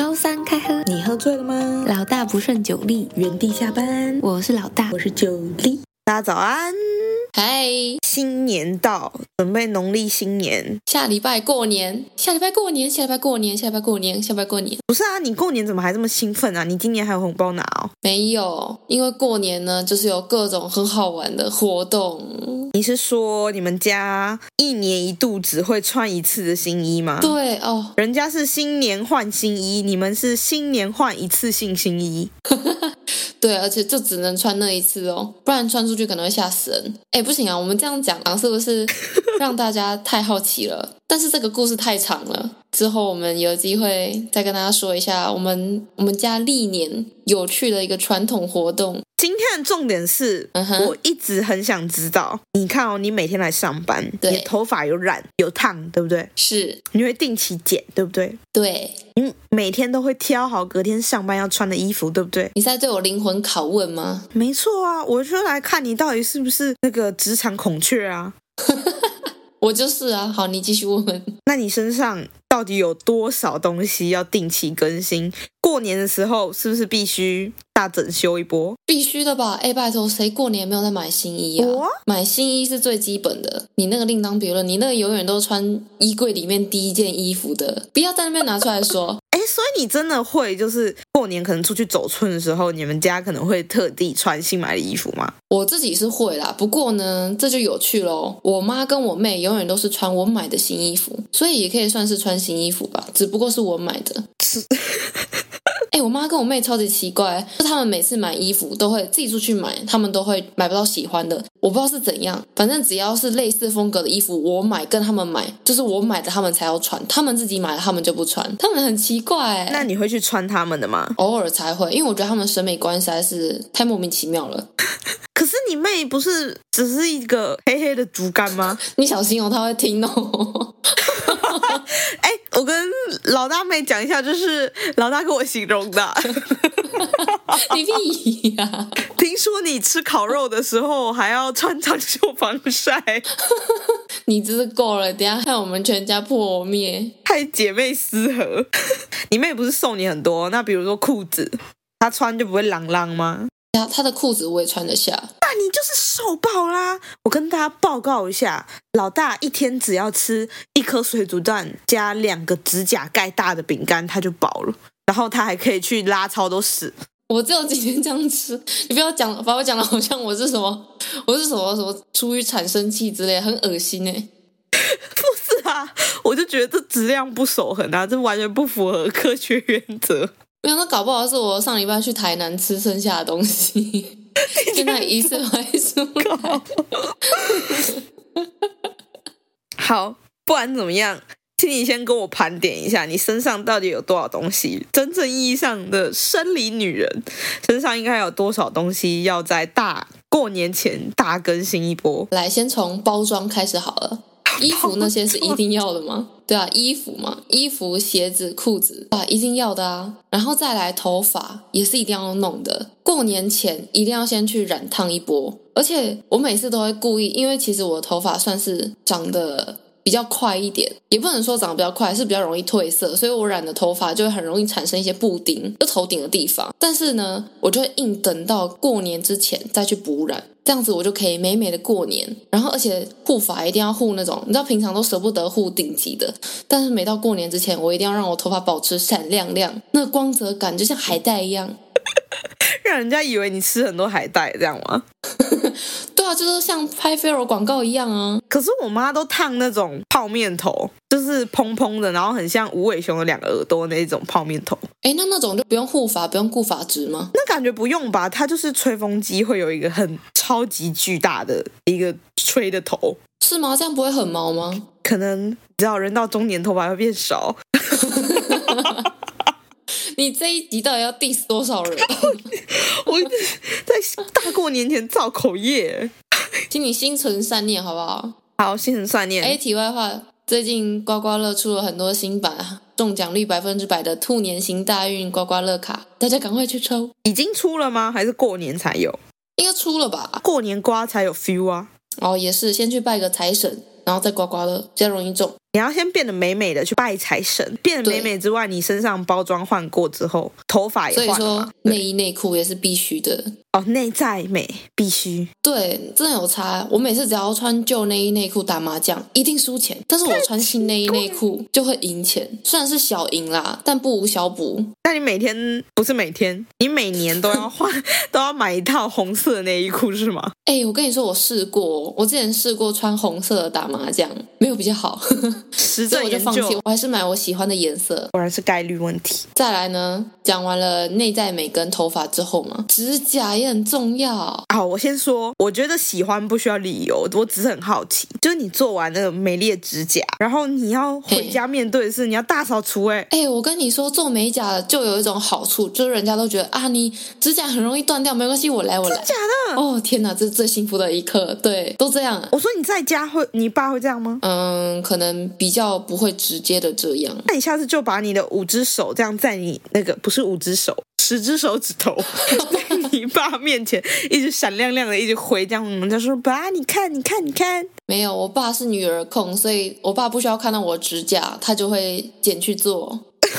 周三开喝， 你喝醉了吗？ 老大不顺酒力， 原地下班。 我是老大， 我是九力。大家早安， 嗨， 新年到，准备农历新年。 下礼拜过年。 不是啊，你过年怎么还这么兴奋啊？你今年还有红包拿哦？ 没有，因为过年呢，就是有各种很好玩的活动。 你是说你们家一年一度只会穿一次的新衣吗？ 对哦， 人家是新年换新衣，你们是新年换一次性新衣。 对，而且就只能穿那一次哦，不然穿出去可能会吓死人。哎，不行啊，我们这样讲是不是让大家太好奇了？但是这个故事太长了，之后我们有机会再跟大家说一下我们家历年有趣的一个传统活动。 今天的重点是，我一直很想知道，你看哦，你每天来上班，你的头发有染有烫，对不对？ 是， 你会定期剪，对不对？ 对， 你每天都会挑好隔天上班要穿的衣服，对不对？ 你是在对我灵魂拷问吗？ 没错啊，我就来看你到底是不是那个职场孔雀啊。 我就是啊。好，你继续问。 那你身上到底有多少东西要定期更新？过年的时候是不是必须大整修一波？ 必须的吧。拜托，谁过年没有在买新衣啊？买新衣是最基本的，你那个另当别论，你那个永远都穿衣柜里面第一件衣服的，不要在那边拿出来说。 所以你真的会就是过年可能出去走春的时候，你们家可能会特地穿新买的衣服吗？ 我自己是会啦，不过呢，这就有趣咯。我妈跟我妹永远都是穿我买的新衣服，所以也可以算是穿新衣服吧，只不过是我买的。我妈跟我妹超级奇怪，就他们每次买衣服都会自己出去买，他们都会买不到喜欢的，我不知道是怎样，反正只要是类似风格的衣服，我买跟他们买，就是我买的他们才要穿，他们自己买的他们就不穿，他们很奇怪。 那你会去穿他们的吗？ 偶尔才会，因为我觉得他们审美观实在是太莫名其妙了。 可是你妹不是只是一个黑黑的竹竿吗？ 你小心哦，她会听哦。 我跟老大妹讲一下，就是老大跟我形容的。 你屁呀！ 听说你吃烤肉的时候还要穿长袖防晒。 你真是够了，等一下害我们全家破灭， 害姐妹失和。你妹不是送你很多，那比如说裤子，她穿就不会啷啷吗？ 她的裤子我也穿得下。 那你就是瘦爆啦！我跟大家报告一下，老大一天只要吃1颗水煮蛋加2个指甲盖大的饼干，他就饱了。然后他还可以去拉超多屎。 我只有今天这样吃，你不要讲，把我讲的好像我是什么出于产生器之类，很恶心欸。 不是啊，我就觉得这质量不守恒啊，这完全不符合科学原则。 没有，那搞不好是我上礼拜去台南吃剩下的东西，现在一次排出来。 好，不管怎么样，请你先跟我盘点一下，你身上到底有多少东西？真正意义上的生理女人身上应该有多少东西要在过年前大更新一波？ 来，先从包装开始好了。衣服那些是一定要的吗？对啊，衣服嘛，衣服、鞋子、裤子啊，一定要的啊。然后再来头发也是一定要弄的，过年前一定要先去染烫一波。而且我每次都会故意，因为其实我的头发算是长得比较快一点，也不能说长得比较快，是比较容易褪色，所以我染的头发就会很容易产生一些布丁，就头顶的地方。但是呢，我就会硬等到过年之前再去补染，这样子我就可以美美的过年。然后而且护发一定要护那种，你知道平常都舍不得护顶级的，但是每到过年之前，我一定要让我头发保持闪亮亮，那个光泽感就像海带一样。 让人家以为你吃很多海带这样吗？ 对啊，就是像拍 Fero 广告一样啊。 可是我妈都烫那种泡面头，就是蓬蓬的，然后很像无尾熊的2个耳朵那种泡面头。 那种就不用护发，不用顾发质吗？ 那感觉不用吧，它就是吹风机会有一个很超级巨大的一个吹的头。 是吗？这样不会很毛吗？ 可能你知道人到中年头发会变少。 你这一集到底要 diss 多少人？ 我在大过年前造口业， 请你心存善念好不好？ 好，心存善念。 题外话，最近刮刮乐出了很多新版，中奖率100%的兔年行大运刮刮乐卡，大家赶快去抽。 已经出了吗？还是过年才有？ 应该出了吧？ 过年刮才有 feel 啊。 也是先去拜个财神，然后再刮刮乐，比较容易中。 你要先变得美美的去拜财神，变得美美之外，你身上包装换过之后，头发也换了嘛。 所以说内衣内裤也是必须的。 内在美必须。 对，真的有差。我每次只要穿旧内衣内裤打麻将，一定输钱。但是我穿新内衣内裤就会赢钱，虽然是小赢啦，但不无小补。 那你每天不是每天，你每年都要换，都要买一套红色的内衣裤是吗？ 我跟你说，我试过，我之前试过穿红色的打麻将，没有比较好， 实所以证研究， 我就放弃，我还是买我喜欢的颜色。 果然是概率问题。 再来呢，讲完了内在美跟头发之后嘛，指甲也很重要。 好，我先说，我觉得喜欢不需要理由，我只是很好奇，就是你做完那个美丽的指甲，然后你要回家面对的是你要大扫除。 我跟你说，做美甲就有一种好处，就是人家都觉得啊，你指甲很容易断掉，没关系，我来。 真假的？ 哦天哪，这是最幸福的一刻。对，都这样。 我说你在家会，你爸会这样吗？ 可能比较不会直接的这样。 那你下次就把你的5只手这样在你那个不是5只手，10只手指头在你爸面前一直闪亮亮的，一直挥，这样人家说爸，你看，你看，你看。 没有，我爸是女儿控，所以我爸不需要看到我指甲，他就会剪去做。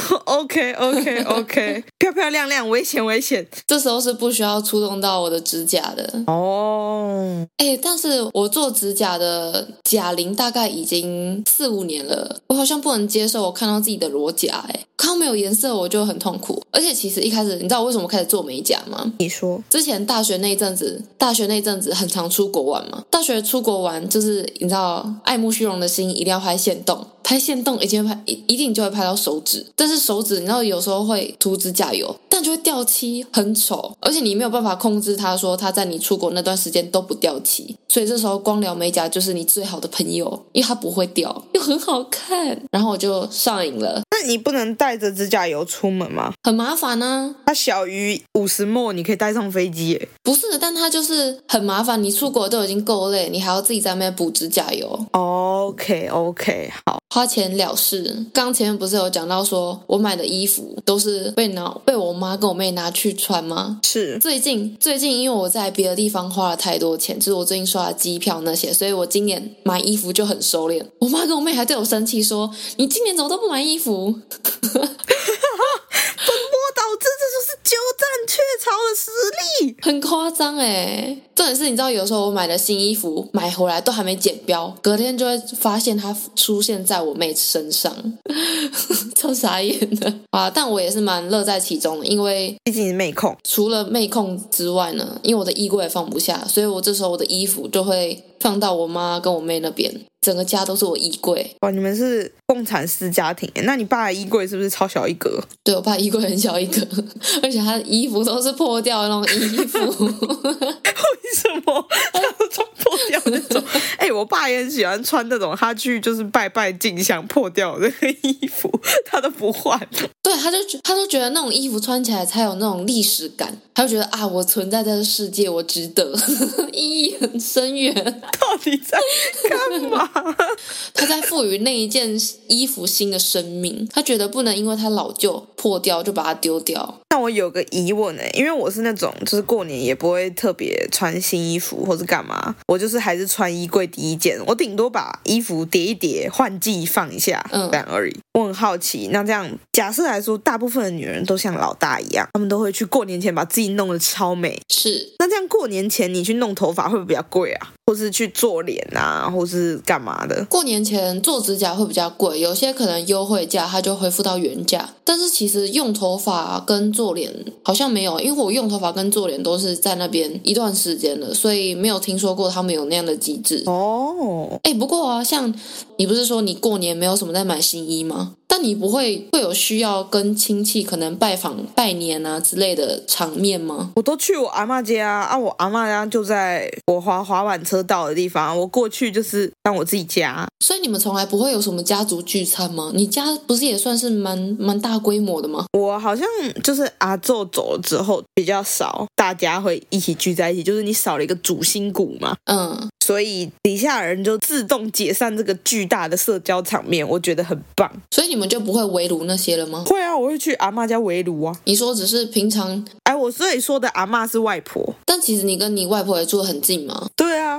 OK， 漂漂亮亮，危险危险。 这时候是不需要触动到我的指甲的哦。 但是我做指甲的甲龄大概已经4-5年了，我好像不能接受我看到自己的裸甲。看到没有颜色我就很痛苦。而且其实一开始你知道我为什么开始做美甲吗？ 你说。 之前大学那一阵子很常出国玩嘛，大学出国玩就是你知道爱慕虚荣的心一定要拍限动，拍限动一定就会拍到手指，但是手指你知道有时候会涂指甲油，但就会掉漆，很丑，而且你没有办法控制它，说它在你出国那段时间都不掉漆，所以这时候光疗美甲就是你最好的朋友，因为它不会掉又很好看，然后我就上瘾了。 那你不能带着指甲油出门吗？ 很麻烦啊， 它小于50ml你可以带上飞机耶。 不是，但它就是很麻烦，你出国都已经够累，你还要自己在那边补指甲油。 OK， 好， 花钱了事。刚前面不是有讲到说我买的衣服都是被我妈跟我妹拿去穿吗？ 是。 最近因为我在别的地方花了太多钱，就是我最近刷了机票那些，所以我今年买衣服就很收敛。我妈跟我妹还对我生气说，你今年怎么都不买衣服？ 本末倒置，这就是鸠占鹊巢的实力， 很夸张重点是你知道有时候我买的新衣服买回来都还没剪标，隔天就会发现它出现在我妹身上，超傻眼的啊！但我也是蛮乐在其中的，因为毕竟是妹控。 除了妹控之外呢，因为我的衣柜也放不下，所以我这时候我的衣服就会放到我妈跟我妹那边，整个家都是我衣柜。 哇，你们是共产式家庭耶。那你爸的衣柜是不是超小一格？ 对，我爸衣柜很小一个，而且他的衣服都是破掉的那种衣服。 为什么他都穿破掉那种？我爸也很喜欢穿那种他去就是拜拜进香破掉的那个衣服，他都不换。 对，他都觉得那种衣服穿起来才有那种历史感，他就觉得啊，我存在这个世界，我值得，意义很深远。 到底在干嘛？ 他在赋予那一件衣服新的生命，他觉得不能因为它老旧破掉就把它丢掉。 那我有个疑问因为我是那种就是过年也不会特别穿新衣服或是干嘛，我就是还是穿衣柜第一件，我顶多把衣服叠一叠换季放一下这样而已。我很好奇，那这样假设来说，大部分的女人都像老大一样，她们都会去过年前把自己弄得超美。 是。 那这样过年前你去弄头发会不会比较贵啊？或是去做脸啊，或是干嘛的？ 过年前做指甲会比较贵，有些可能优惠价它就恢复到原价，但是其实用头发跟做脸好像没有，因为我用头发跟做脸都是在那边一段时间了，所以没有听说过他们有那样的机制。不过啊，像你不是说你过年没有什么在买新衣吗？但你不会有需要跟亲戚可能拜访拜年啊之类的场面吗？ 我都去我阿嬷家我阿嬷家就在我滑板车道的地方，我过去就是当我自己家。 所以你们从来不会有什么家族聚餐吗？你家不是也算是蛮大规模的吗？ 我好像就是阿祖走了之后比较少，大家会一起聚在一起，就是你少了一个主心骨嘛。所以底下人就自动解散这个巨大的社交场面，我觉得很棒。 所以你们就不会围炉那些了吗？ 会啊，我会去阿嬷家围炉啊。 你说只是平常？ 我所以说的阿嬷是外婆， 但其实你跟你外婆也住得很近吗？ 对啊，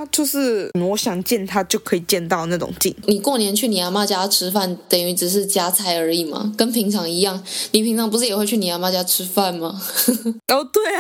啊，就是我想见他就可以见到那种近。 你过年去你阿嬷家吃饭，等于只是加菜而已嘛，跟平常一样。你平常不是也会去你阿嬷家吃饭吗？ 哦，对啊。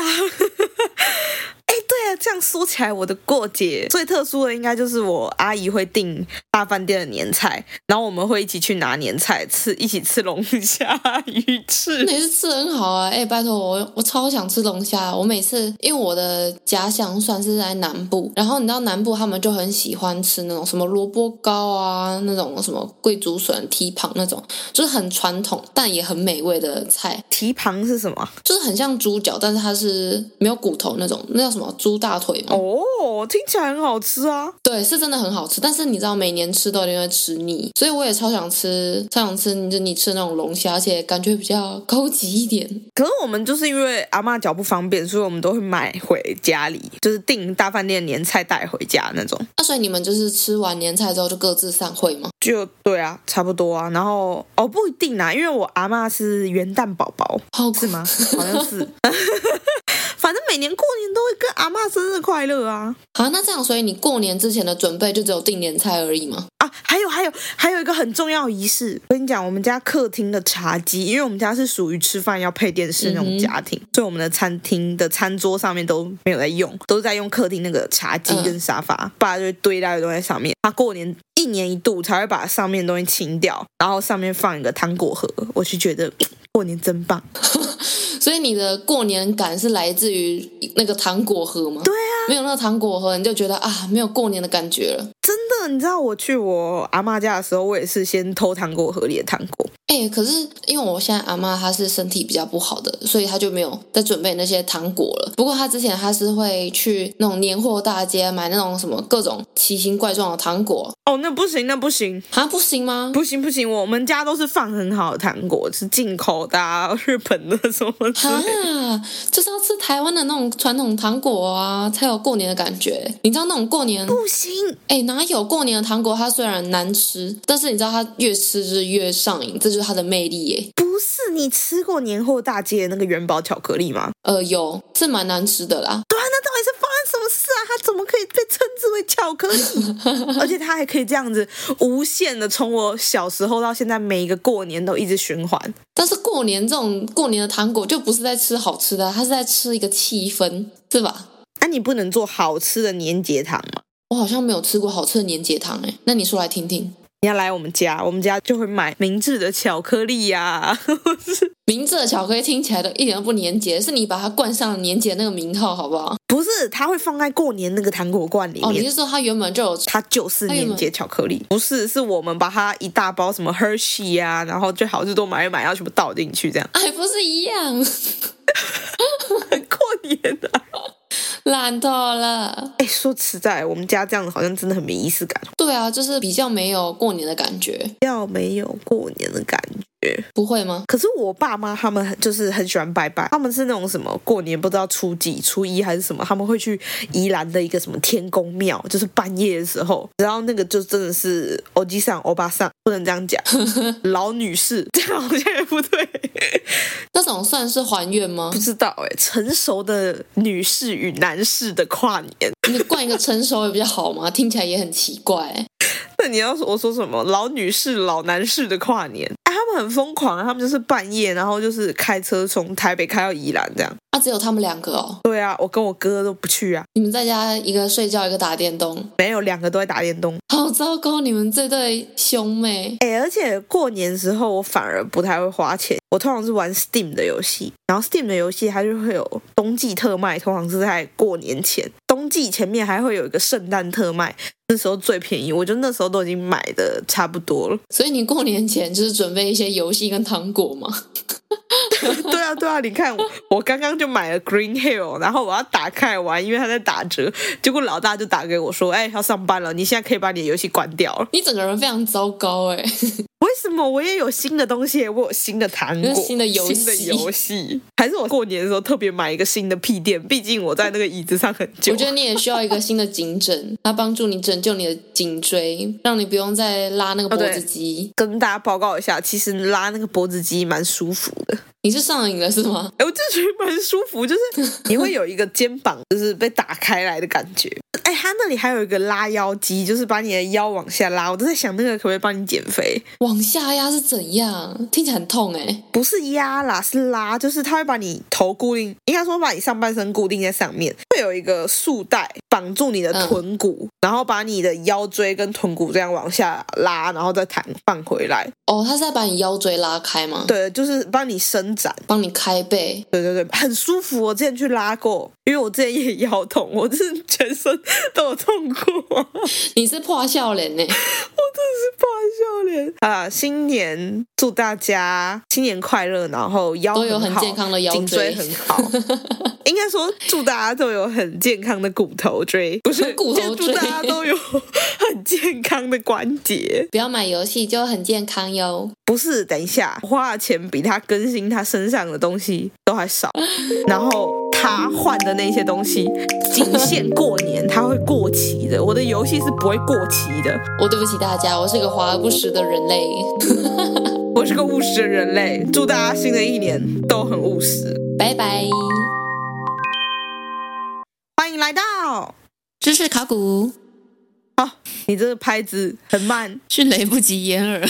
对啊，这样说起来，我的过节最特殊的应该就是我阿姨会订大饭店的年菜，然后我们会一起去拿年菜吃，一起吃龙虾、鱼翅。 那也是吃得很好啊！拜托我超想吃龙虾。我每次因为我的家乡算是在南部，然后你知道南部他们就很喜欢吃那种什么萝卜糕啊，那种什么桂竹笋、蹄膀那种，就是很传统但也很美味的菜。 蹄膀是什么？ 就是很像猪脚，但是它是没有骨头那种，那叫什么猪大腿吗？ 哦，听起来很好吃啊。 对，是真的很好吃，但是你知道每年吃都一定会吃腻，所以我也超想吃你吃那种龙虾，而且感觉比较高级一点。 可是我们就是因为阿嬷脚不方便，所以我们都会买回家里，就是订大饭店年菜带回家那种。 那所以你们就是吃完年菜之后就各自散会吗？ 就对啊，差不多啊。然后不一定啦，因为我阿嬷是元旦宝宝，是吗？好像是。反正每年过年都会跟阿嬷生日快乐啊！ 好，那这样，所以你过年之前的准备就只有订年菜而已吗？ 啊，还有一个很重要的仪式，我跟你讲，我们家客厅的茶几，因为我们家是属于吃饭要配电视那种家庭，所以我们的餐厅的餐桌上面都没有在用，都是在用客厅那个茶几跟沙发，爸就会堆一大堆东西在上面。他过年1年1度才会把上面的东西清掉，然后上面放一个糖果盒，我就觉得过年真棒。 所以你的过年感是来自于那个糖果盒吗？ 对啊， 没有那个糖果盒，你就觉得啊，没有过年的感觉了。 真的，你知道我去我阿嬷家的时候，我也是先偷糖果盒里的糖果。 可是因为我现在阿嬷她是身体比较不好的，所以她就没有在准备那些糖果了。不过她之前她是会去那种年货大街买那种什么各种奇形怪状的糖果。 哦，那不行啊，不行吗？ 不行，我们家都是放很好的糖果，是进口的啊，日本的什么之类的。 就是要吃台湾的那种传统糖果啊，才有过年的感觉。你知道那种过年不行， 哪有过年的糖果？它虽然难吃，但是你知道它越吃就是越上瘾，这就是它的魅力耶。 不是，你吃过年货大街的那个元宝巧克力吗？ 有，是蛮难吃的啦。 对啊，那到底是发生什么事啊？它怎么可以被称之为巧克力？而且它还可以这样子无限的从我小时候到现在每一个过年都一直循环。 但是过年这种过年的糖果就不是在吃好吃的，它是在吃一个气氛，是吧？ 你不能做好吃的年节糖吗？ 我好像没有吃过好吃的年节糖那你说来听听。 你要来我们家就会买明治的巧克力呀。 明治的巧克力听起来都一点都不年节，是你把它冠上了年节那个名号，好不好？ 不是，它会放在过年那个糖果罐里面。 你是说它原本就有？ 它就是年节巧克力，不是，是我们把它一大包什么 Hershey 啊，然后最好是都买一买，要全部倒进去这样。 不是一样。 过年啊。 懒透了。 说实在，我们家这样子好像真的很没仪式感。 对啊，就是比较没有过年的感觉。 比较没有过年的感觉。 不会吗？ 可是我爸妈他们就是很喜欢拜拜，他们是那种什么过年不知道初几初一还是什么，他们会去宜兰的一个什么天公庙，就是半夜的时候，然后那个就真的是欧吉桑欧巴桑，不能这样讲。老女士这样好像也不对。 那种算是还愿吗？ 不知道成熟的女士与男士的跨年。 你冠一个成熟也比较好吗？听起来也很奇怪。 那你要我说什么老女士老男士的跨年？他们很疯狂，他们就是半夜然后就是开车从台北开到宜兰这样。 只有他们2个哦？ 对啊，我跟我哥都不去啊。 你们在家一个睡觉一个打电动？ 没有，2个都在打电动。 好糟糕，你们这对兄妹。 而且过年的时候我反而不太会花钱，我通常是玩 Steam 的游戏，然后 Steam 的游戏它就会有冬季特卖，通常是在过年前，冬季前面还会有一个圣诞特卖，那时候最便宜，我就那时候都已经买的差不多了。 所以你过年前就是准备一些游戏跟糖果吗？ 对啊，你看我刚刚就买了 Green Hill， 然后我要打开玩，因为它在打折，结果老大就打给我说，要上班了，你现在可以把你的游戏关掉了。 你整个人非常糟糕为什么？我也有新的东西，我有新的糖果， 新的游戏，还是我过年的时候特别买一个新的屁垫，毕竟我在那个椅子上很久。 我觉得你也需要一个新的颈枕，它帮助你拯救你的颈椎，让你不用再拉那个脖子肌。 跟大家报告一下，其实拉那个脖子肌蛮舒服的。 你是上瘾了是吗？ 我就觉得蛮舒服，就是你会有一个肩膀就是被打开来的感觉。 他那里还有一个拉腰机，就是把你的腰往下拉，我都在想那个可不可以帮你减肥。 往下压是怎样？听起来很痛不是压啦，是拉，就是他会把你头固定，应该说把你上半身固定在上面，会有一个束带绑住你的臀骨，然后把你的腰椎跟臀骨这样往下拉，然后再放回来。 他是在把你腰椎拉开吗？ 对，就是帮你伸展， 帮你开背。 对对对，很舒服。我之前去拉过，因为我之前也腰痛，我真是全身都有痛过。 你是破笑脸呢？ 我真的是破笑脸啊！新年祝大家新年快乐，然后腰都有很健康的腰椎， 颈椎很好。应该说祝大家都有很健康的骨头椎，不是骨头椎， 祝大家都有很健康的关节。 不要买游戏就很健康哟。 不是，等一下，我花的钱比他更新他身上的东西都还少，然后他换的那些东西仅限过年，它会过期的。我的游戏是不会过期的。 我对不起大家，我是个华而不实的人类。 我是个务实的人类。祝大家新的一年都很务实。 拜拜。 欢迎来到知识考古。 好，你这个拍子很慢， 迅雷不及掩耳。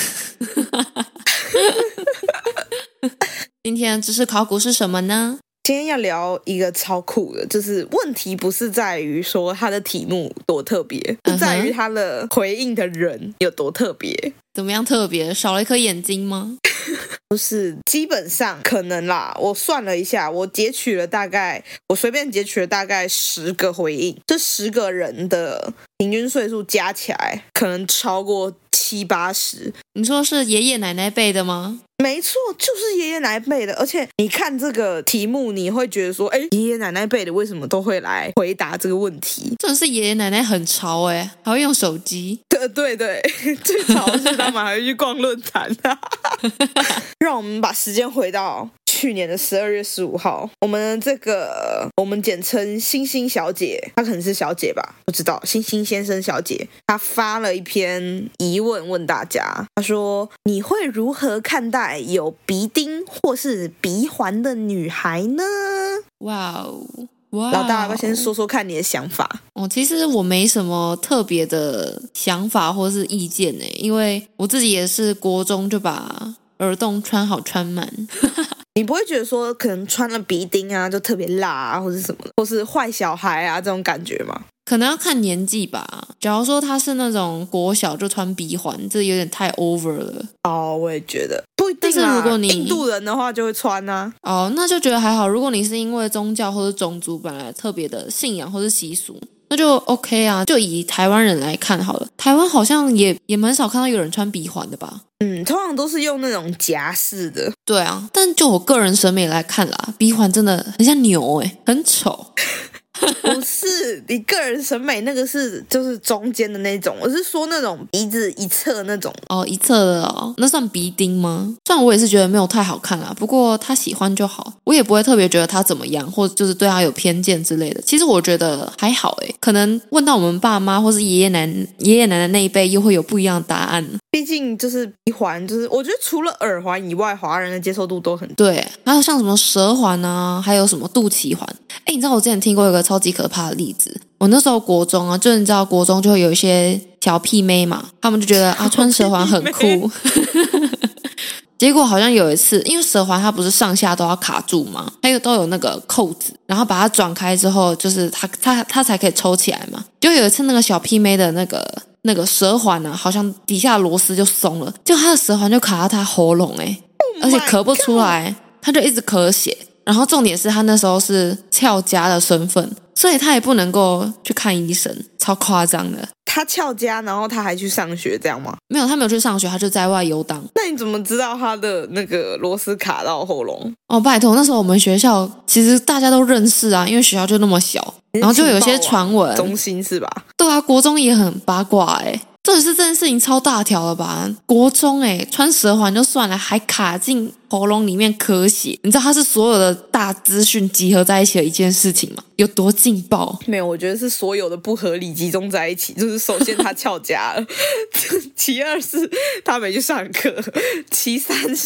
今天的知识考古是什么呢？ 今天要聊一个超酷的，就是问题不是在于说它的题目多特别，是在于它的回应的人有多特别。 怎么样特别？少了一颗眼睛吗？ 不是，基本上可能啦。我算了一下，我随便截取了大概10个回应，这10个人的平均岁数加起来可能超过70-80。 你说是爷爷奶奶辈的吗？ 没错，就是爷爷奶奶辈的。而且你看这个题目，你会觉得说，爷爷奶奶辈的为什么都会来回答这个问题？ 真的是爷爷奶奶很潮还会用手机。 对，最潮的是他们还会去逛论坛。让我们把时间回到去年的12月15号，我们简称星星小姐，她可能是小姐吧，不知道，星星先生小姐，她发了一篇疑问问大家，她说你会如何看待有鼻钉或是鼻环的女孩呢？ 哇哦， 老大要不要先说说看你的想法？ 其实我没什么特别的想法或是意见因为我自己也是国中就把耳洞穿好穿满。 你不会觉得说可能穿了鼻钉啊就特别辣啊，或是什么，或是坏小孩啊这种感觉吗？ 可能要看年纪吧。假如说他是那种国小就穿鼻环，这有点太 over 了。 我也觉得不一定啦。但是如果你印度人的话就会穿啊。 那就觉得还好。如果你是因为宗教或者种族本来特别的信仰或是习俗，那就 OK 啊。就以台湾人来看好了，台湾好像也蛮少看到有人穿鼻环的吧。 通常都是用那种夹式的。 对啊，但就我个人审美来看啦，鼻环真的很像牛很丑。 不是，你个人审美那个就是中间的那种，我是说那种鼻子一侧那种。 一侧的那算鼻钉吗？虽然我也是觉得没有太好看啦，不过他喜欢就好，我也不会特别觉得他怎么样，或者就是对他有偏见之类的。其实我觉得还好可能问到我们爸妈或是爷爷奶奶那一辈，又会有不一样的答案。 毕竟就是鼻环，就是我觉得除了耳环以外，华人的接受度都很对。还有像什么舌环啊，还有什么肚脐环。你知道我之前听过一个超级可怕的例子。我那时候国中啊，就你知道国中就会有一些小屁妹嘛，他们就觉得穿舌环很酷。结果好像有一次，因为舌环它不是上下都要卡住嘛，它都有那个扣子，然后把它转开之后，就是它才可以抽起来嘛。就有一次那个小屁妹的那个舌环啊，好像底下螺丝就松了，就她的舌环就卡到她喉咙而且咳不出来，她就一直咳血。然后重点是她那时候是翘家的身份，所以她也不能够去看医生，超夸张的。 她翘家，然后她还去上学，这样吗？ 没有，她没有去上学，她就在外游荡。 那你怎么知道她的那个螺丝卡到喉咙？ 拜托，那时候我们学校其实大家都认识啊，因为学校就那么小，然后就有些传闻。 中心是吧？ 对啊，国中也很八卦重点是这件事情超大条了吧？国中穿舌环就算了，还卡进喉咙里面咳血，你知道它是所有的大资讯集合在一起的一件事情吗？有多劲爆？ 没有，我觉得是所有的不合理集中在一起。就是首先他翘家了，其二是他没去上课，其三是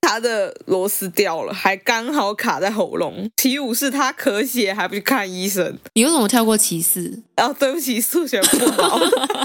他的螺丝掉了，还刚好卡在喉咙。其五是他咳血还不去看医生。 你为什么跳过其四？ 对不起，数学不好。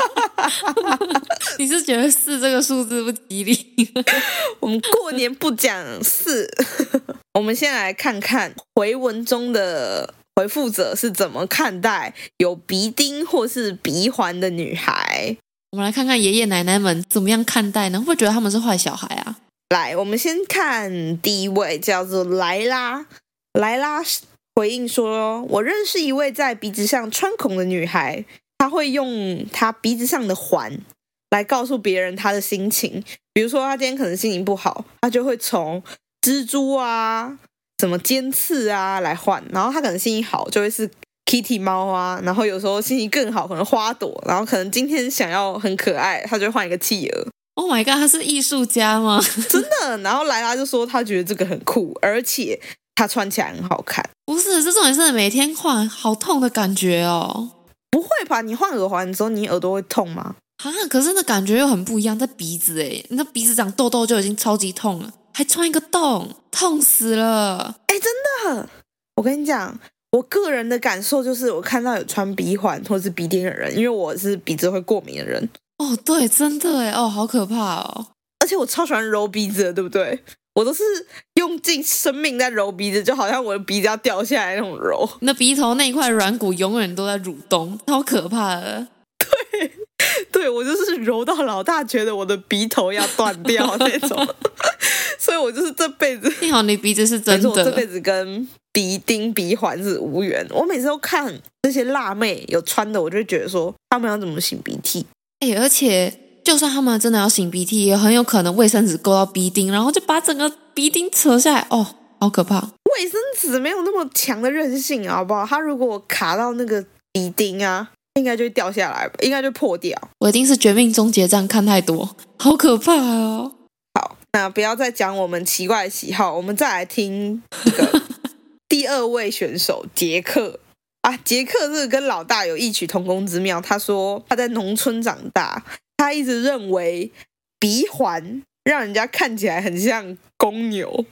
你是觉得4这个数字不吉利？ 我们过年不讲4。我们先来看看回文中的回复者是怎么看待有鼻钉或是鼻环的女孩。 我们来看看爷爷奶奶们怎么样看待呢？会不会觉得他们是坏小孩啊？ 来，我们先看第一位，叫做莱拉。莱拉回应说，我认识一位在鼻子上穿孔的女孩，她会用她鼻子上的环来告诉别人她的心情。比如说她今天可能心情不好，她就会从蜘蛛啊什么尖刺啊来换，然后她可能心情好就会是 Kitty 猫啊，然后有时候心情更好可能花朵，然后可能今天想要很可爱，她就会换一个企鹅。 Oh my god， 他是艺术家吗？ 真的。然后莱拉就说她觉得这个很酷，而且她穿起来很好看。 不是，这种也是每天换，好痛的感觉哦。 不会吧？你换耳环之后，你耳朵会痛吗？ 可是那感觉又很不一样，在鼻子诶，那鼻子长痘痘就已经超级痛了，还穿一个洞，痛死了。 真的，我跟你讲，我个人的感受就是，我看到有穿鼻环或是鼻钉的人，因为我是鼻子会过敏的人。 对，真的诶，好可怕哦。 而且我超喜欢揉鼻子的，对不对？我都是用尽生命在揉鼻子，就好像我的鼻子要掉下来那种揉。 你的鼻头那一块软骨永远都在蠕动，超可怕的。 对，我就是揉到老大觉得我的鼻头要断掉那种。所以我就是这辈子， 幸好你鼻子是真的。 我这辈子跟鼻钉鼻环是无缘。我每次都看那些辣妹有穿的，我就会觉得说他们要怎么擤鼻涕。 而且就算他们真的要擤鼻涕，也很有可能卫生纸勾到鼻钉，然后就把整个鼻钉扯下来。好可怕。 卫生纸没有那么强的韧性，好不好？它如果卡到那个鼻钉啊，应该就会掉下来吧，应该就破掉。 我一定是绝命终结战看太多，好可怕哦。 好，那不要再讲我们奇怪的喜好，我们再来听一个第二位选手杰克。杰克这个跟老大有异曲同工之妙。他说他在农村长大，他一直认为鼻环让人家看起来很像公牛，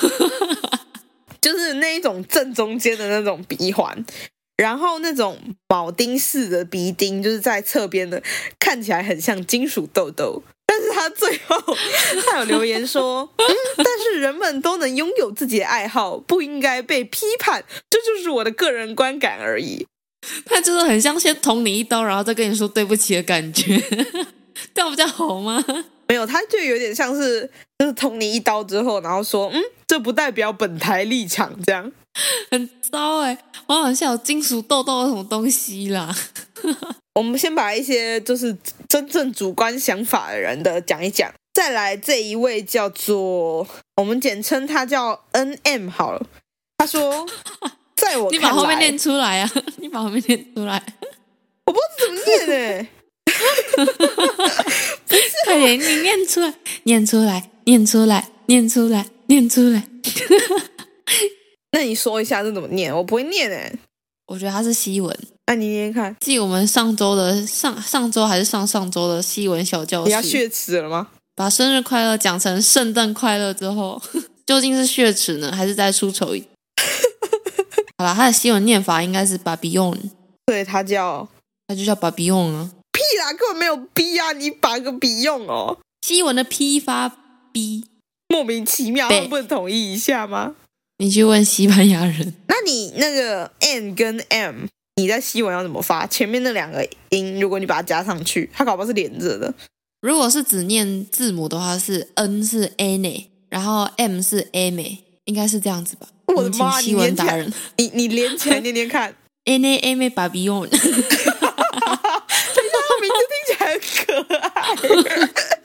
就是那一种正中间的那种鼻环。然后那种铆钉式的鼻钉，就是在侧边的，看起来很像金属豆豆。但是他最后他有留言说，但是人们都能拥有自己的爱好，不应该被批判，这就是我的个人观感而已。 他就是很像先捅你一刀，然后再跟你说对不起的感觉，这样比较好吗？ 没有，他就有点像是就是捅你一刀之后，然后说这不代表本台立场，这样很糟我好像有金属豆豆什么东西啦。 我们先把一些就是真正主观想法的人的讲一讲。再来这一位叫做，我们简称他叫 NM 好了。他说在我看来， 你把后面念出来啊，你把后面念出来。 我不知道怎么念快点，你念出来，念出来，念出来，念出来，念出来。 那你说一下这怎么念？我不会念我觉得它是西文。 那你念念看。 继我们上周还是上上周的西文小教室， 你要血耻了吗？ 把生日快乐讲成圣诞快乐之后，究竟是血耻呢，还是再出丑一？好啦，它的西文念法应该是 Babillon， 对，它就叫 Babillon 啊。 屁啦，根本没有 B 啊，你把个笔用哦。 西文的 P 发 B， 莫名其妙，他们不能统一一下吗？ 你去问西班牙人。 那你那个 N 跟 M， 你在西文要怎么发？前面那两个音，如果你把它加上去，它搞不好是连着的。 如果是只念字母的话，是 N 是 N， 然后 M 是 M， 应该是这样子吧？ 我的妈！ 西文达人， 你连起来念念看。 N A M Babillon。 等一下，他名字听起来很可爱。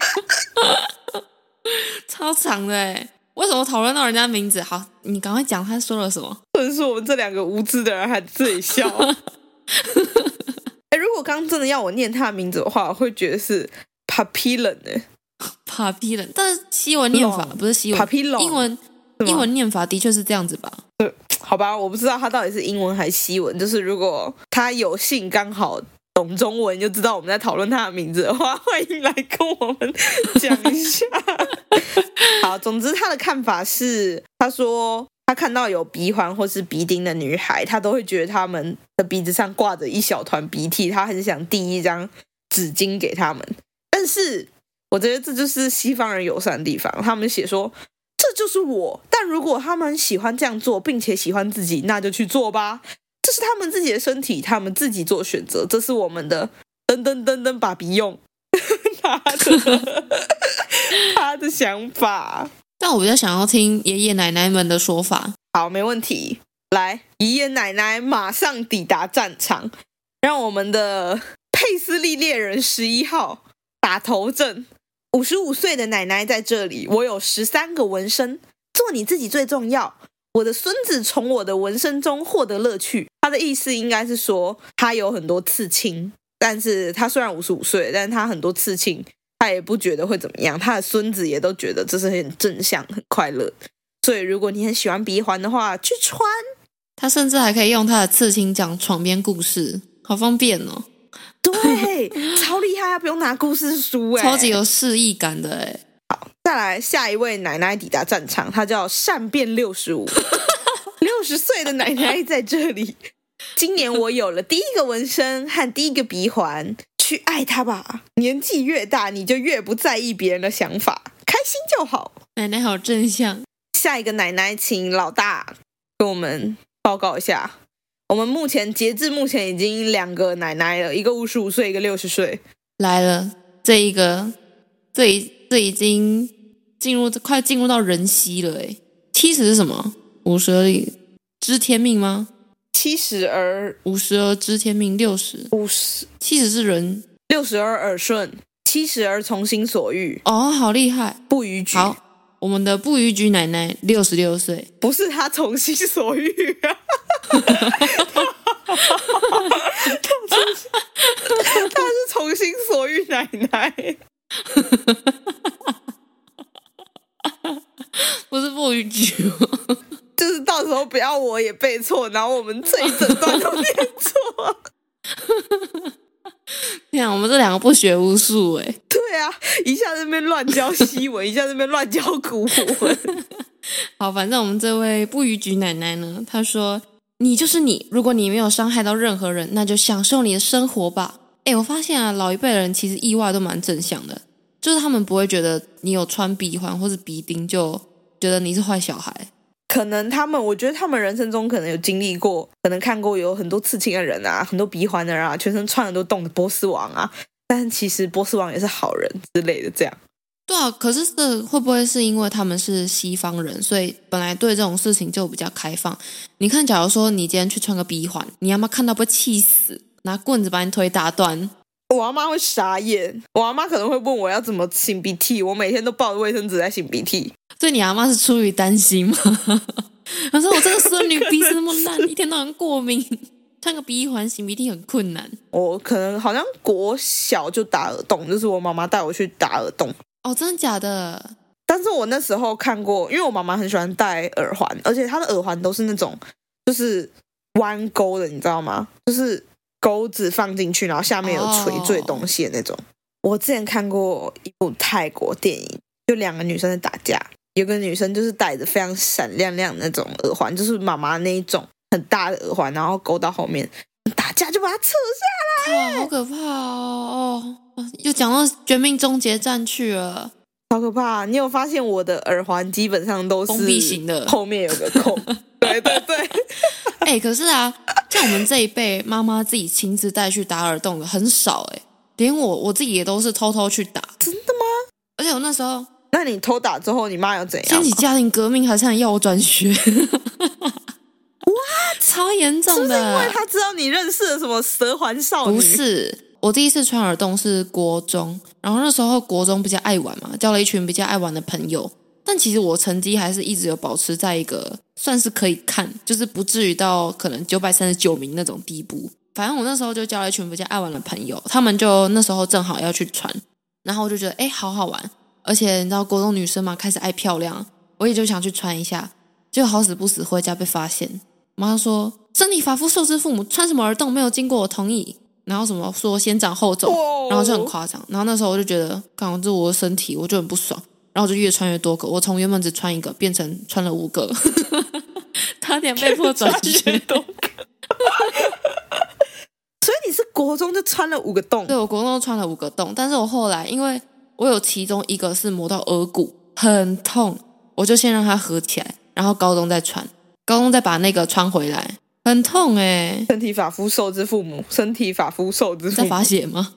超长的哎！为什么讨论到人家名字？好，你赶快讲他说了什么。 真是我们这两个无知的人还自己笑。如果刚刚真的要我念他的名字的话，我会觉得是 Papillon Papillon， 但是西文念法不是西文 Papillon， 英文念法的确是这样子吧？ 对，好吧，我不知道他到底是英文还是西文。就是如果他有幸刚好懂中文，就知道我们在讨论他的名字的话，欢迎来跟我们讲一下。 好，总之他的看法是，他说他看到有鼻环或是鼻钉的女孩，他都会觉得他们的鼻子上挂着一小团鼻涕，他很想递一张纸巾给他们。但是我觉得这就是西方人友善的地方，他们写说这就是我，但如果他们喜欢这样做并且喜欢自己，那就去做吧，这是他们自己的身体，他们自己做选择，这是我们的噔噔噔噔把鼻用他的想法。 但我比较想要听爷爷奶奶们的说法。 好，没问题。来，爷爷奶奶马上抵达战场，让我们的佩斯利猎人11号打头阵。55岁的奶奶在这里，我有13个纹身，做你自己最重要。我的孙子从我的纹身中获得乐趣。他的意思应该是说，他有很多刺青，但是他虽然55岁，但是他很多刺青，他也不觉得会怎么样。他的孙子也都觉得这是很正向、很快乐。所以如果你很喜欢鼻环的话，去穿。 他甚至还可以用他的刺青讲床边故事，好方便哦。 对，超厉害啊！不用拿故事书哎， 超级有诗意感的哎。 好，再来下一位奶奶抵达战场，她叫善变65，60岁的奶奶在这里。今年我有了第一个纹身和第一个鼻环，去爱它吧。年纪越大，你就越不在意别人的想法，开心就好。 奶奶好正向。 下一个奶奶，请老大跟我们报告一下。我们截至目前已经2个奶奶了，一个55岁，一个60岁。 来了，这已经快进入到人稀了哎。70是什么？50而知天命吗 ？70而 50而知天命，60 70是人 ，60而耳顺，70而从心所欲。 哦，好厉害！ 不逾矩。 好，我们的不逾矩奶奶66岁， 不是她从心所欲啊。他是从心所欲奶奶。 不是不逾矩就是到时候不要我也背错，然后我们这一整段都念错。 天啊，我们这2个不学无术哎。 对啊，一下在那边乱教西文，一下在那边乱教古文。 好，反正我们这位不逾矩奶奶呢，她说你就是你，如果你没有伤害到任何人，那就享受你的生活吧。我发现啊，老一辈的人其实意外都蛮正向的，就是他们不会觉得你有穿鼻环或是鼻钉就觉得你是坏小孩。 可能我觉得他们人生中可能有经历过，可能看过有很多刺青的人啊，很多鼻环的人啊，全身穿很多洞的波斯王啊，但其实波斯王也是好人之类的这样。 对啊，可是这会不会是因为他们是西方人，所以本来对这种事情就比较开放？你看，假如说你今天去穿个鼻环，你阿妈看到不会气死，拿棍子把你腿打断？ 我阿妈会傻眼，我阿妈可能会问我要怎么擤鼻涕，我每天都抱着卫生纸在擤鼻涕。 所以你阿妈是出于担心吗？她说我这个孙女鼻子那么烂，一天到晚过敏，穿个鼻环擤鼻涕很困难。 我可能好像国小就打耳洞，就是我妈妈带我去打耳洞。 哦，真的假的？ 但是我那时候看过，因为我妈妈很喜欢戴耳环，而且她的耳环都是那种就是弯钩的，你知道吗？就是钩子放进去，然后下面有垂坠东西的那种。我之前看过一部泰国电影，就2个女生在打架，有个女生就是戴着非常闪亮亮的那种耳环，就是妈妈那一种很大的耳环，然后勾到后面，打架就把它扯下来。 哇，好可怕哦！又讲到绝命终结战去了， 好可怕！你有发现我的耳环基本上都是封闭型的， 后面有个孔。对对对。 可是啊，像我们这一辈妈妈自己亲自带去打耳洞的很少连我自己也都是偷偷去打。 真的吗？ 而且我那时候， 那你偷打之后，你妈有怎样？ 掀起家庭革命，还差点要我转学。 哇， 超严重的！ 是不是因为他知道你认识了什么蛇环少女？ 不是，我第一次穿耳洞是国中，然后那时候国中比较爱玩嘛，交了一群比较爱玩的朋友。但其实我成绩还是一直有保持在一个算是可以看，就是不至于到可能939名那种地步。反正我那时候就交了一群比较爱玩的朋友，他们就那时候正好要去穿，然后我就觉得好好玩，而且你知道国中女生嘛，开始爱漂亮，我也就想去穿一下，结果好死不死回家被发现，妈就说身体发肤受之父母，穿什么耳洞没有经过我同意，然后什么说先斩后奏，然后就很夸张，然后那时候我就觉得，干这我的身体，我就很不爽。 然后我就越穿越多个，我从原本只穿一个变成穿了5个，差点被迫转学。 多个所以你是国中就穿了5个洞？ 对，我国中穿了5个洞，但是我后来因为我有其中一个是磨到额骨，很痛，我就先让它合起来，然后高中再穿，高中再把那个穿回来，很痛欸。 身体发肤受之父母，身体发肤受之父母。 在发血吗？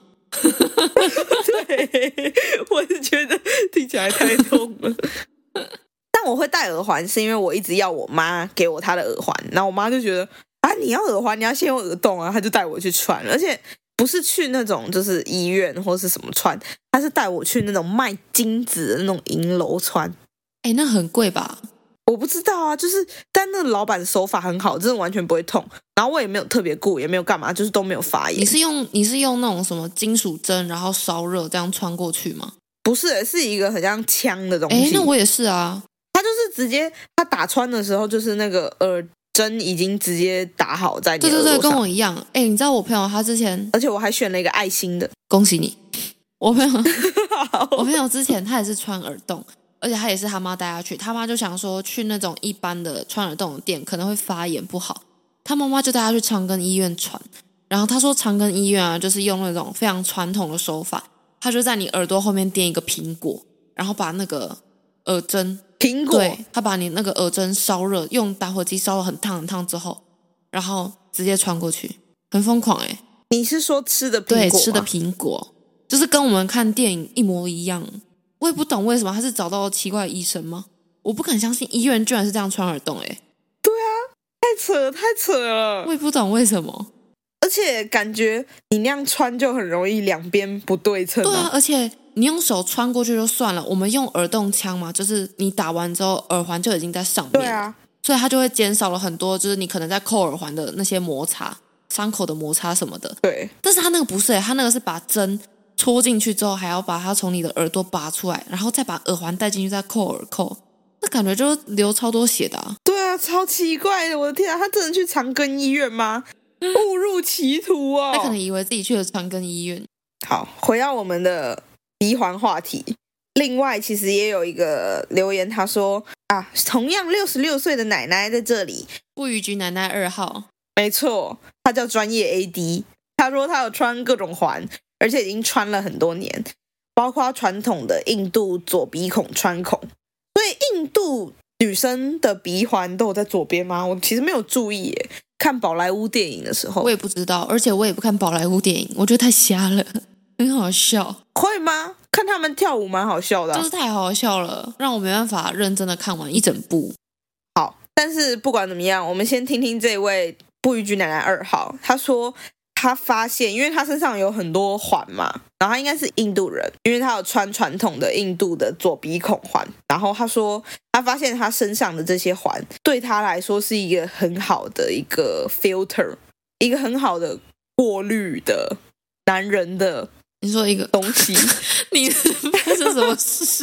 对，我是觉得听起来太痛了。但我会戴耳环是因为我一直要我妈给我她的耳环，然后我妈就觉得啊，你要耳环你要先用耳洞啊，她就带我去穿，而且不是去那种就是医院或是什么穿，她是带我去那种卖金子的那种银楼穿。 那很贵吧？ 我不知道啊，就是但那个老板手法很好，真的完全不会痛，然后我也没有特别顾，也没有干嘛，就是都没有发炎。 你是用那种什么金属针，然后烧热这样穿过去吗？ 不是，是一个很像枪的东西。 那我也是啊。 它就是直接，它打穿的时候就是那个耳针已经直接打好在你的耳朵上。 对，跟我一样。你知道我朋友他之前， 而且我还选了一个爱心的， 恭喜你。我朋友之前他也是穿耳洞。而且他也是他妈带他去，他妈就想说去那种一般的穿耳洞的店可能会发炎不好，他妈妈就带他去长庚医院穿。然后他说长庚医院啊，就是用那种非常传统的手法，他就在你耳朵后面垫一个苹果，然后把那个耳针苹果， 对，他把你那个耳针烧热，用打火机烧了很烫之后，然后直接穿过去，很疯狂欸。 你是说吃的苹果吗？ 对，吃的苹果，就是跟我们看电影一模一样。我也不懂为什么他是找到奇怪的医生吗？我不敢相信医院居然是这样穿耳洞欸。 对啊，太扯了。 我也不懂为什么， 而且感觉你那样穿就很容易两边不对称。 对啊，而且你用手穿过去就算了，我们用耳洞枪嘛，就是你打完之后耳环就已经在上面。 对啊， 所以它就会减少了很多，就是你可能在扣耳环的那些摩擦、伤口的摩擦什么的。 对， 但是它那个不是它那个是把针戳进去之后，还要把它从你的耳朵拔出来，然后再把耳环戴进去，再扣耳扣，那感觉就流超多血的啊！ 对啊，超奇怪的，我的天啊，他真的去长庚医院吗？误入歧途哦！ 他可能以为自己去了长庚医院。 好，回到我们的鼻环话题。另外，其实也有一个留言，他说啊，同样66岁的奶奶在这里， 不逾矩奶奶2号， 没错，他叫专业 AD。他说他有穿各种环，而且已经穿了很多年，包括传统的印度左鼻孔穿孔。所以印度女生的鼻环都有在左边吗？我其实没有注意耶，看宝莱坞电影的时候。 我也不知道，而且我也不看宝莱坞电影，我觉得太瞎了，很好笑。 会吗？看他们跳舞蛮好笑的啊， 就是太好笑了，让我没办法认真的看完一整部。 好，但是不管怎么样，我们先听听这位不逾矩奶奶2号，他说他发现，因为他身上有很多环嘛，然后他应该是印度人，因为他有穿传统的印度的左鼻孔环，然后他说他发现他身上的这些环对他来说是一个很好的一个 filter， 一个很好的过滤的男人的你说一个东西。 你发生什么事？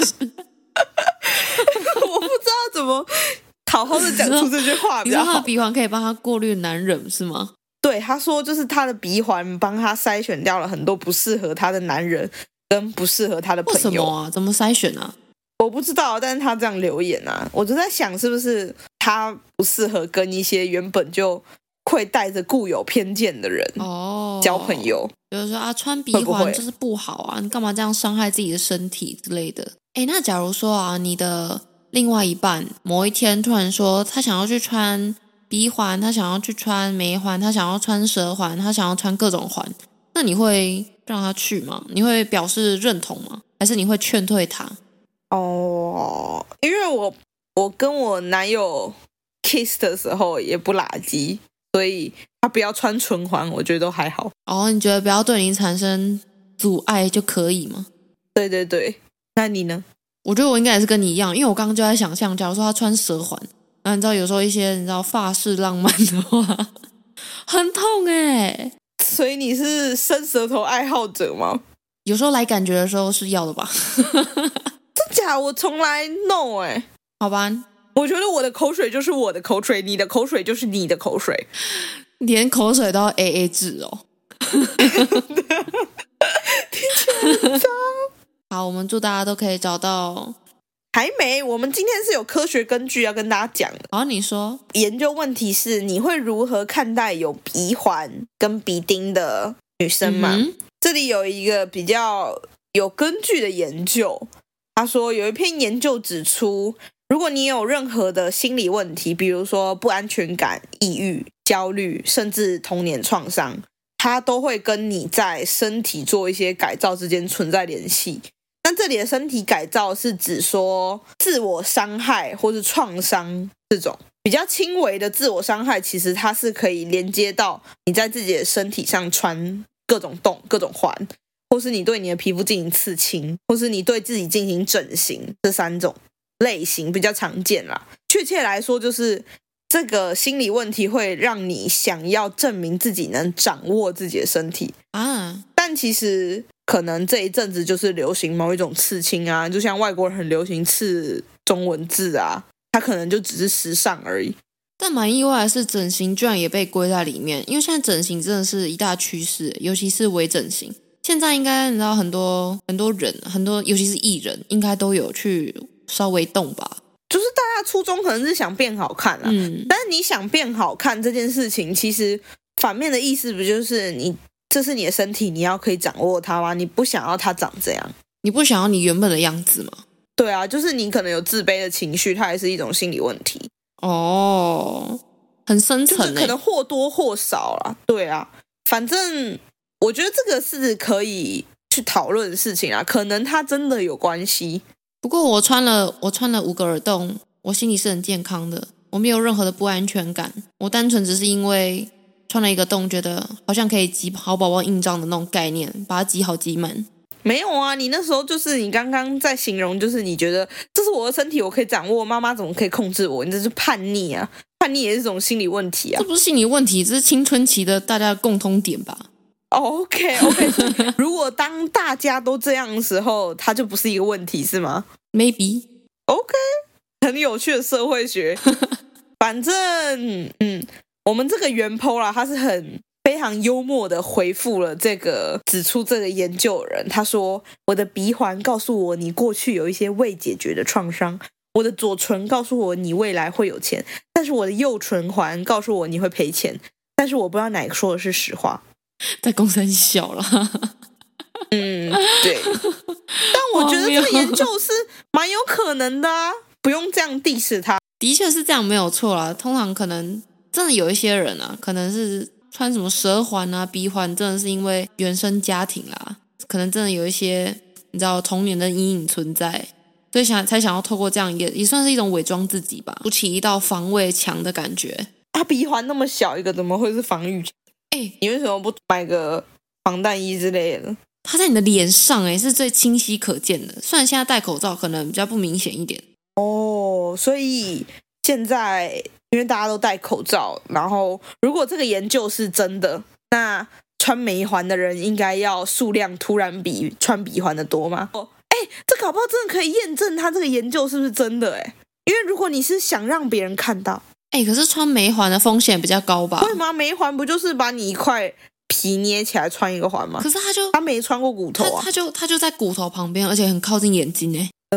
我不知道怎么好好的讲出这句话比较好。 你说他的鼻环可以帮他过滤男人是吗？ 对，他说就是他的鼻环帮他筛选掉了很多不适合他的男人跟不适合他的朋友。 为什么啊？怎么筛选啊？ 我不知道，但是他这样留言啊，我就在想是不是他不适合跟一些原本就会带着固有偏见的人交朋友。 比如说啊，穿鼻环就是不好啊，你干嘛这样伤害自己的身体之类的。那假如说啊，你的另外一半某一天突然说他想要去穿鼻环，他想要去穿眉环，他想要穿舌环，他想要穿各种环，那你会让他去吗？你会表示认同吗？还是你会劝退他？ 因为我跟我男友 kiss 的时候也不垃圾，所以他不要穿唇环，我觉得都还好。 你觉得不要对你产生阻碍就可以吗？ 对对对，那你呢？ 我觉得我应该也是跟你一样，因为我刚刚就在想象，假如说他穿舌环，那你知道有时候一些你知道法式浪漫的话，很痛欸。 所以你是伸舌头爱好者吗？ 有时候来感觉的时候是要的吧。 真假？我从来 no 好吧， 我觉得我的口水就是我的口水，你的口水就是你的口水， 连口水都要 AA 制哦。 听起来很脏。 好，我们祝大家都可以找到还没，我们今天是有科学根据要跟大家讲的。 好，你说。 研究问题是你会如何看待有鼻环跟鼻钉的女生吗？这里有一个比较有根据的研究，他说有一篇研究指出，如果你有任何的心理问题，比如说不安全感、抑郁、焦虑，甚至童年创伤，它都会跟你在身体做一些改造之间存在联系。但这里的身体改造是指说自我伤害或是创伤，这种比较轻微的自我伤害，其实它是可以连接到你在自己的身体上穿各种洞、各种环，或是你对你的皮肤进行刺青，或是你对自己进行整形，这3种类型比较常见啦。确切来说，就是这个心理问题会让你想要证明自己能掌握自己的身体啊，但其实可能这一阵子就是流行某一种刺青啊，就像外国人很流行刺中文字啊，它可能就只是时尚而已。 但蛮意外的是，整形居然也被归在里面，因为现在整形真的是一大趋势，尤其是微整形。现在应该你知道很多人，尤其是艺人，应该都有去稍微动吧。 就是大家初衷可能是想变好看啊，但是你想变好看这件事情，其实反面的意思不就是这是你的身体，你要可以掌握它吗？你不想要它长这样， 你不想要你原本的样子吗？ 对啊，就是你可能有自卑的情绪，它也是一种心理问题。 哦，很深层就是可能或多或少啦。对啊，反正我觉得这个是可以去讨论的事情啊，可能它真的有关系。 不过我穿了5个耳洞，我心里是很健康的，我没有任何的不安全感，我单纯只是因为穿了一个洞，觉得好像可以挤好宝宝印章的那种概念，把它挤好挤满。 没有啊，你那时候就是你刚刚在形容，就是你觉得这是我的身体，我可以掌握，妈妈怎么可以控制我？你这是叛逆啊，叛逆也是一种心理问题啊。 这不是心理问题，这是青春期的大家的共通点吧。 OK， 如果当大家都这样的时候，它就不是一个问题是吗？ Maybe OK， 很有趣的社会学。反正我们这个原 po 啦，他是非常幽默的回复了这个指出这个研究人，他说我的鼻环告诉我你过去有一些未解决的创伤，我的左唇告诉我你未来会有钱，但是我的右唇环告诉我你会赔钱，但是我不知道哪个说的是实话。 在公司很小了。 对，但我觉得这个研究是蛮有可能的啊，不用这样 diss 他。 的确是这样，没有错啦。通常可能真的有一些人啊，可能是穿什么舌环啊、鼻环，真的是因为原生家庭啦，可能真的有一些你知道童年的阴影存在，所以才想要透过这样也算是一种伪装自己吧，筑起一道防卫墙的感觉。 鼻环那么小一个，怎么会是防御墙？你为什么不买个防弹衣之类的？ 它在你的脸上是最清晰可见的，虽然现在戴口罩可能比较不明显一点。 所以现在因为大家都戴口罩，然后如果这个研究是真的，那穿眉环的人应该要数量突然比穿鼻环的多吗？这搞不好真的可以验证他这个研究是不是真的因为如果你是想让别人看到， 可是穿眉环的风险比较高吧？ 会吗？眉环不就是把你一块皮捏起来穿一个环吗？ 可是他没穿过骨头啊， 他就在骨头旁边，而且很靠近眼睛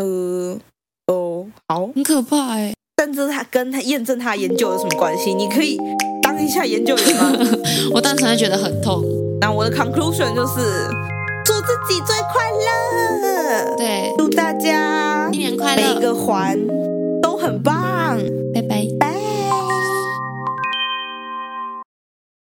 好， 很可怕但这他跟他验证他研究有什么关系？你可以当一下研究员吗？ 我单纯觉得很痛。 那我的 conclusion 就是做自己最快乐。 对， 祝大家新年快乐， 每一个环都很棒。